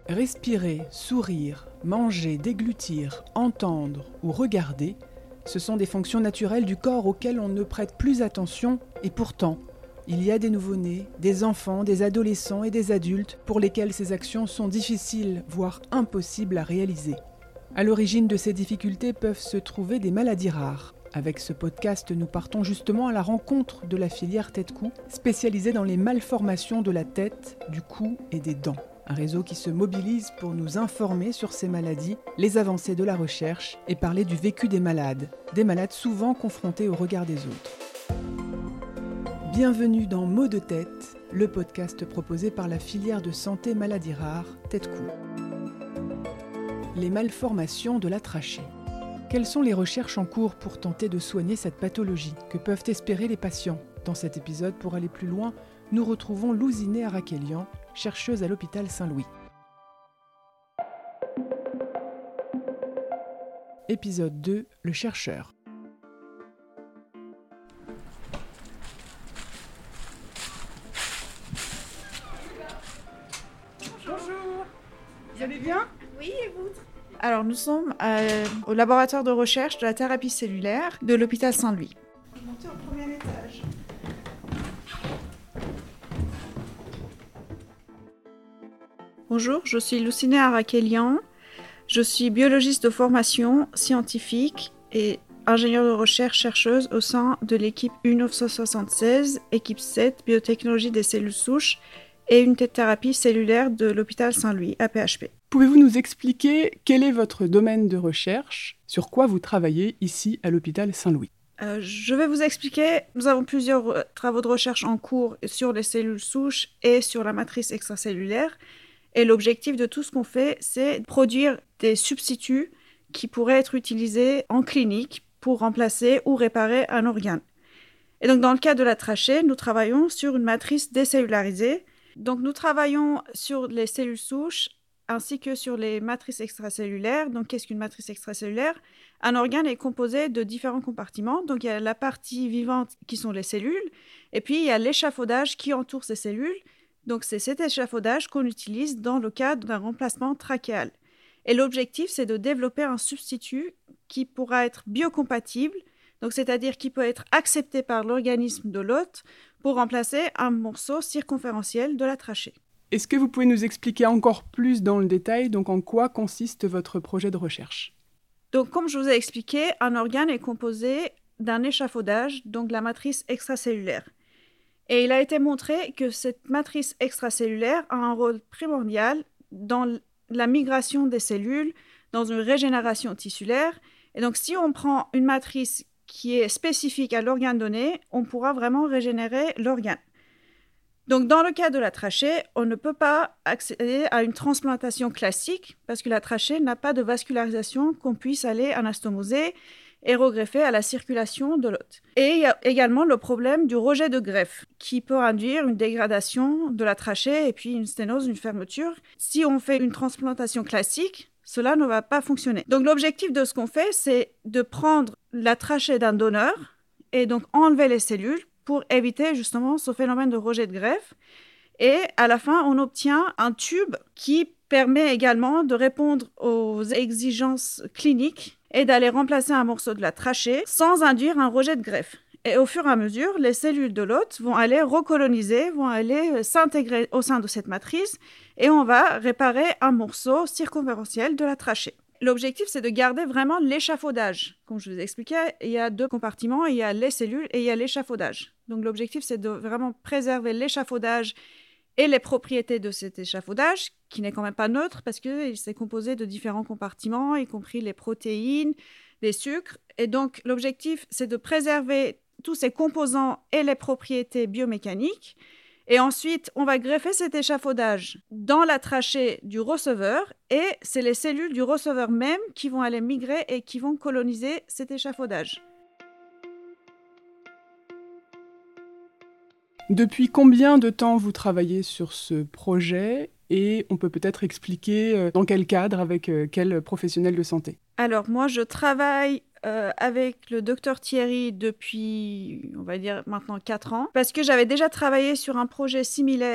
Respirer, sourire, manger, déglutir, entendre ou regarder, ce sont des fonctions naturelles du corps auxquelles on ne prête plus attention et pourtant, il y a des nouveau-nés, des enfants, des adolescents et des adultes pour lesquels ces actions sont difficiles, voire impossibles à réaliser. À l'origine de ces difficultés peuvent se trouver des maladies rares. Avec ce podcast, nous partons justement à la rencontre de la filière tête-cou, spécialisée dans les malformations de la tête, du cou et des dents. Un réseau qui se mobilise pour nous informer sur ces maladies, les avancées de la recherche et parler du vécu des malades souvent confrontés au regard des autres. Bienvenue dans Mots de tête, le podcast proposé par la filière de santé maladies rares, tête-cou. Les malformations de la trachée. Quelles sont les recherches en cours pour tenter de soigner cette pathologie? Que peuvent espérer les patients? Dans cet épisode, pour aller plus loin, nous retrouvons Louziné Arakelian, chercheuse à l'hôpital Saint-Louis. Épisode 2, le chercheur. Bonjour, vous allez bien? Oui, et vous? Alors, nous sommes au laboratoire de recherche de la thérapie cellulaire de l'hôpital Saint-Louis. Montez au premier étage. Bonjour, je suis Louziné Arakelian. Je suis biologiste de formation, scientifique et ingénieure de recherche chercheuse au sein de l'équipe U976, équipe 7, biotechnologie des cellules souches et unité de thérapie cellulaire de l'hôpital Saint-Louis, APHP. Pouvez-vous nous expliquer quel est votre domaine de recherche? Sur quoi vous travaillez ici à l'hôpital Saint-Louis? Je vais vous expliquer. Nous avons plusieurs travaux de recherche en cours sur les cellules souches et sur la matrice extracellulaire. Et l'objectif de tout ce qu'on fait, c'est produire des substituts qui pourraient être utilisés en clinique pour remplacer ou réparer un organe. Et donc, dans le cas de la trachée, nous travaillons sur une matrice décellularisée. Donc, nous travaillons sur les cellules souches ainsi que sur les matrices extracellulaires. Donc, qu'est-ce qu'une matrice extracellulaire? Un organe est composé de différents compartiments. Donc, il y a la partie vivante qui sont les cellules, et puis il y a l'échafaudage qui entoure ces cellules. Donc, c'est cet échafaudage qu'on utilise dans le cadre d'un remplacement trachéal. Et l'objectif, c'est de développer un substitut qui pourra être biocompatible, donc c'est-à-dire qui peut être accepté par l'organisme de l'hôte pour remplacer un morceau circonférentiel de la trachée. Est-ce que vous pouvez nous expliquer encore plus dans le détail, donc en quoi consiste votre projet de recherche? Donc, comme je vous ai expliqué, un organe est composé d'un échafaudage, donc la matrice extracellulaire. Et il a été montré que cette matrice extracellulaire a un rôle primordial dans la migration des cellules, dans une régénération tissulaire. Et donc, si on prend une matrice qui est spécifique à l'organe donné, on pourra vraiment régénérer l'organe. Donc, dans le cas de la trachée, on ne peut pas accéder à une transplantation classique parce que la trachée n'a pas de vascularisation qu'on puisse aller anastomoser et regreffer à la circulation de l'hôte. Et il y a également le problème du rejet de greffe qui peut induire une dégradation de la trachée et puis une sténose, une fermeture. Si on fait une transplantation classique, cela ne va pas fonctionner. Donc l'objectif de ce qu'on fait, c'est de prendre la trachée d'un donneur et donc enlever les cellules pour éviter justement ce phénomène de rejet de greffe. Et à la fin, on obtient un tube qui permet également de répondre aux exigences cliniques et d'aller remplacer un morceau de la trachée sans induire un rejet de greffe. Et au fur et à mesure, les cellules de l'hôte vont aller recoloniser, vont aller s'intégrer au sein de cette matrice et on va réparer un morceau circonférentiel de la trachée. L'objectif, c'est de garder vraiment l'échafaudage. Comme je vous expliquais, il y a deux compartiments, il y a les cellules et il y a l'échafaudage. Donc l'objectif, c'est de vraiment préserver l'échafaudage et les propriétés de cet échafaudage, qui n'est quand même pas neutre parce qu'il s'est composé de différents compartiments, y compris les protéines, les sucres. Et donc l'objectif, c'est de préserver tous ces composants et les propriétés biomécaniques. Et ensuite, on va greffer cet échafaudage dans la trachée du receveur et c'est les cellules du receveur même qui vont aller migrer et qui vont coloniser cet échafaudage. Depuis combien de temps vous travaillez sur ce projet? Et on peut peut-être expliquer dans quel cadre, avec quel professionnel de santé? Alors moi, je travaille avec le docteur Thierry depuis, on va dire maintenant 4 ans, parce que j'avais déjà travaillé sur un projet similaire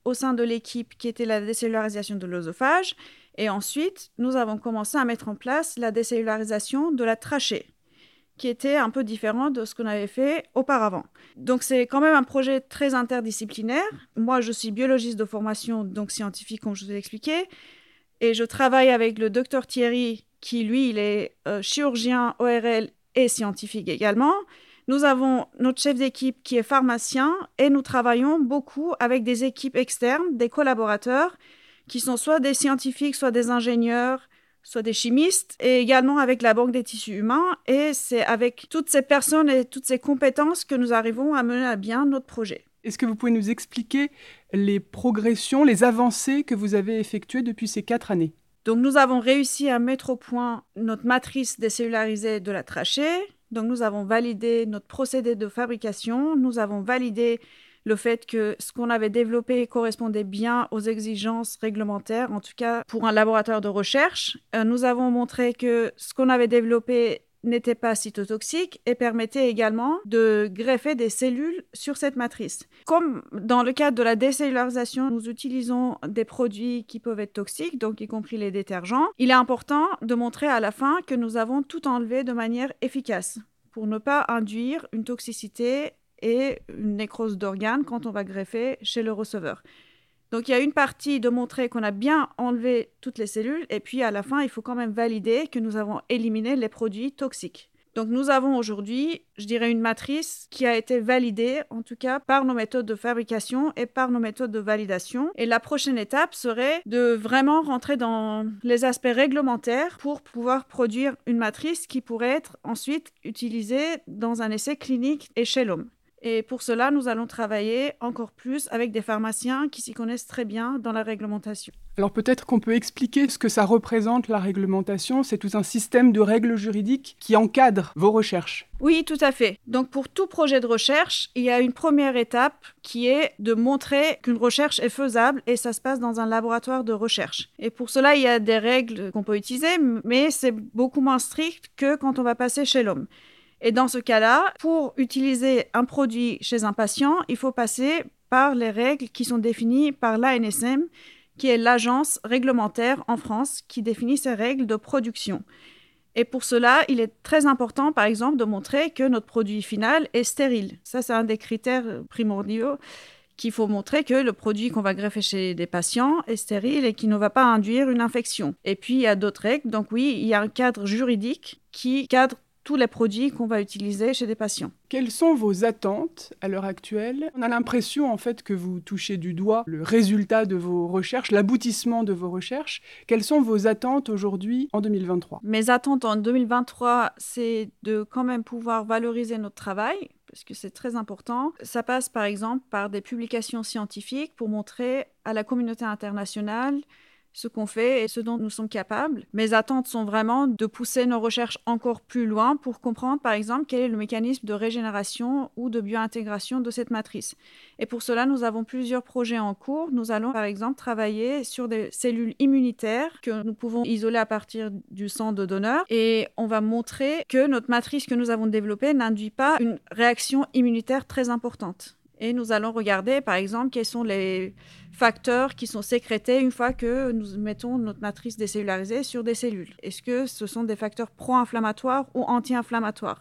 au sein de l'équipe qui était la décellularisation de l'œsophage. Et ensuite, nous avons commencé à mettre en place la décellularisation de la trachée, qui était un peu différent de ce qu'on avait fait auparavant. Donc c'est quand même un projet très interdisciplinaire. Moi, je suis biologiste de formation, donc scientifique, comme je vous ai expliqué. Et je travaille avec le docteur Thierry, qui lui, il est chirurgien ORL et scientifique également. Nous avons notre chef d'équipe qui est pharmacien et nous travaillons beaucoup avec des équipes externes, des collaborateurs qui sont soit des scientifiques, soit des ingénieurs, soit des chimistes, et également avec la Banque des tissus humains. Et c'est avec toutes ces personnes et toutes ces compétences que nous arrivons à mener à bien notre projet. Est-ce que vous pouvez nous expliquer les progressions, les avancées que vous avez effectuées depuis ces 4 années ? Donc nous avons réussi à mettre au point notre matrice décellularisée de la trachée. Donc nous avons validé notre procédé de fabrication. Nous avons validé le fait que ce qu'on avait développé correspondait bien aux exigences réglementaires, en tout cas pour un laboratoire de recherche. Nous avons montré que ce qu'on avait développé n'était pas cytotoxique et permettait également de greffer des cellules sur cette matrice. Comme dans le cadre de la décellularisation, nous utilisons des produits qui peuvent être toxiques, donc y compris les détergents, il est important de montrer à la fin que nous avons tout enlevé de manière efficace pour ne pas induire une toxicité et une nécrose d'organes quand on va greffer chez le receveur. Donc, il y a une partie de montrer qu'on a bien enlevé toutes les cellules et puis à la fin, il faut quand même valider que nous avons éliminé les produits toxiques. Donc, nous avons aujourd'hui, je dirais, une matrice qui a été validée, en tout cas, par nos méthodes de fabrication et par nos méthodes de validation. Et la prochaine étape serait de vraiment rentrer dans les aspects réglementaires pour pouvoir produire une matrice qui pourrait être ensuite utilisée dans un essai clinique et chez l'homme. Et pour cela, nous allons travailler encore plus avec des pharmaciens qui s'y connaissent très bien dans la réglementation. Alors peut-être qu'on peut expliquer ce que ça représente, la réglementation. C'est tout un système de règles juridiques qui encadre vos recherches. Oui, tout à fait. Donc pour tout projet de recherche, il y a une première étape qui est de montrer qu'une recherche est faisable et ça se passe dans un laboratoire de recherche. Et pour cela, il y a des règles qu'on peut utiliser, mais c'est beaucoup moins strict que quand on va passer chez l'homme. Et dans ce cas-là, pour utiliser un produit chez un patient, il faut passer par les règles qui sont définies par l'ANSM, qui est l'agence réglementaire en France qui définit ces règles de production. Et pour cela, il est très important, par exemple, de montrer que notre produit final est stérile. Ça, c'est un des critères primordiaux qu'il faut montrer que le produit qu'on va greffer chez des patients est stérile et qui ne va pas induire une infection. Et puis, il y a d'autres règles. Donc oui, il y a un cadre juridique qui cadre tous les produits qu'on va utiliser chez des patients. Quelles sont vos attentes à l'heure actuelle ? On a l'impression en fait que vous touchez du doigt le résultat de vos recherches, l'aboutissement de vos recherches. Quelles sont vos attentes aujourd'hui en 2023 ? Mes attentes en 2023, c'est de quand même pouvoir valoriser notre travail, parce que c'est très important. Ça passe par exemple par des publications scientifiques pour montrer à la communauté internationale ce qu'on fait et ce dont nous sommes capables. Mes attentes sont vraiment de pousser nos recherches encore plus loin pour comprendre, par exemple, quel est le mécanisme de régénération ou de biointégration de cette matrice. Et pour cela, nous avons plusieurs projets en cours. Nous allons, par exemple, travailler sur des cellules immunitaires que nous pouvons isoler à partir du sang de donneur et on va montrer que notre matrice que nous avons développée n'induit pas une réaction immunitaire très importante. Et nous allons regarder, par exemple, quels sont les facteurs qui sont sécrétés une fois que nous mettons notre matrice décellularisée sur des cellules. Est-ce que ce sont des facteurs pro-inflammatoires ou anti-inflammatoires ?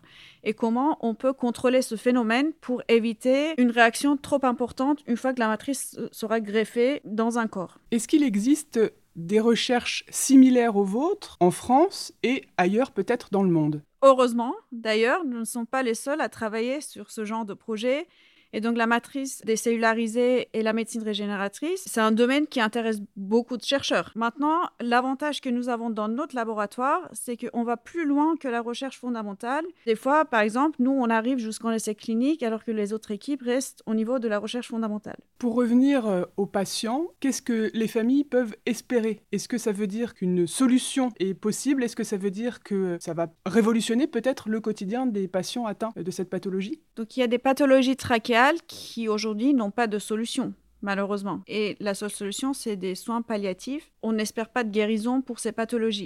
Et comment on peut contrôler ce phénomène pour éviter une réaction trop importante une fois que la matrice sera greffée dans un corps ? Est-ce qu'il existe des recherches similaires aux vôtres en France et ailleurs peut-être dans le monde ? Heureusement, d'ailleurs, nous ne sommes pas les seuls à travailler sur ce genre de projet. Et donc, la matrice décellularisée et la médecine régénératrice, c'est un domaine qui intéresse beaucoup de chercheurs. Maintenant, l'avantage que nous avons dans notre laboratoire, c'est qu'on va plus loin que la recherche fondamentale. Des fois, par exemple, nous, on arrive jusqu'en essai clinique alors que les autres équipes restent au niveau de la recherche fondamentale. Pour revenir aux patients, qu'est-ce que les familles peuvent espérer ? Est-ce que ça veut dire qu'une solution est possible ? Est-ce que ça veut dire que ça va révolutionner peut-être le quotidien des patients atteints de cette pathologie ? Donc, il y a des pathologies trachéales qui aujourd'hui n'ont pas de solution, malheureusement. Et la seule solution, c'est des soins palliatifs. On n'espère pas de guérison pour ces pathologies.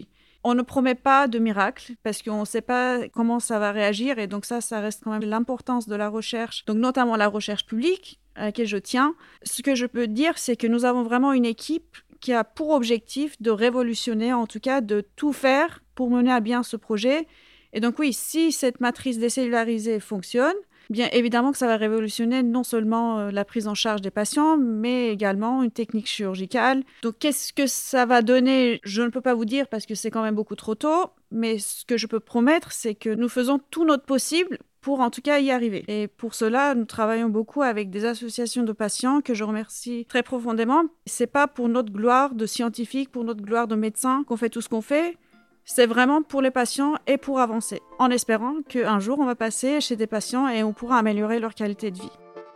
On ne promet pas de miracle parce qu'on ne sait pas comment ça va réagir et donc ça reste quand même l'importance de la recherche, donc notamment la recherche publique à laquelle je tiens. Ce que je peux dire, c'est que nous avons vraiment une équipe qui a pour objectif de révolutionner, en tout cas de tout faire pour mener à bien ce projet. Et donc oui, si cette matrice décellularisée fonctionne, bien évidemment que ça va révolutionner non seulement la prise en charge des patients, mais également une technique chirurgicale. Donc qu'est-ce que ça va donner? Je ne peux pas vous dire parce que c'est quand même beaucoup trop tôt, mais ce que je peux promettre, c'est que nous faisons tout notre possible pour en tout cas y arriver. Et pour cela, nous travaillons beaucoup avec des associations de patients que je remercie très profondément. C'est pas pour notre gloire de scientifiques, pour notre gloire de médecins qu'on fait tout ce qu'on fait. C'est vraiment pour les patients et pour avancer, en espérant qu'un jour on va passer chez des patients et on pourra améliorer leur qualité de vie.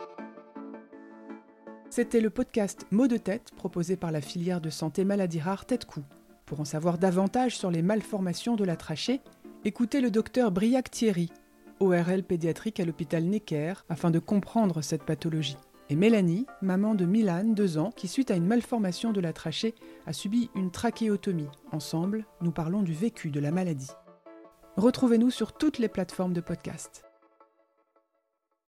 C'était le podcast Maux de tête proposé par la filière de santé maladies rares Tête-Cou. Pour en savoir davantage sur les malformations de la trachée, écoutez le docteur Briac Thierry, ORL pédiatrique à l'hôpital Necker, afin de comprendre cette pathologie. Et Mélanie, maman de Milan, 2 ans, qui suite à une malformation de la trachée a subi une trachéotomie. Ensemble, nous parlons du vécu de la maladie. Retrouvez-nous sur toutes les plateformes de podcast.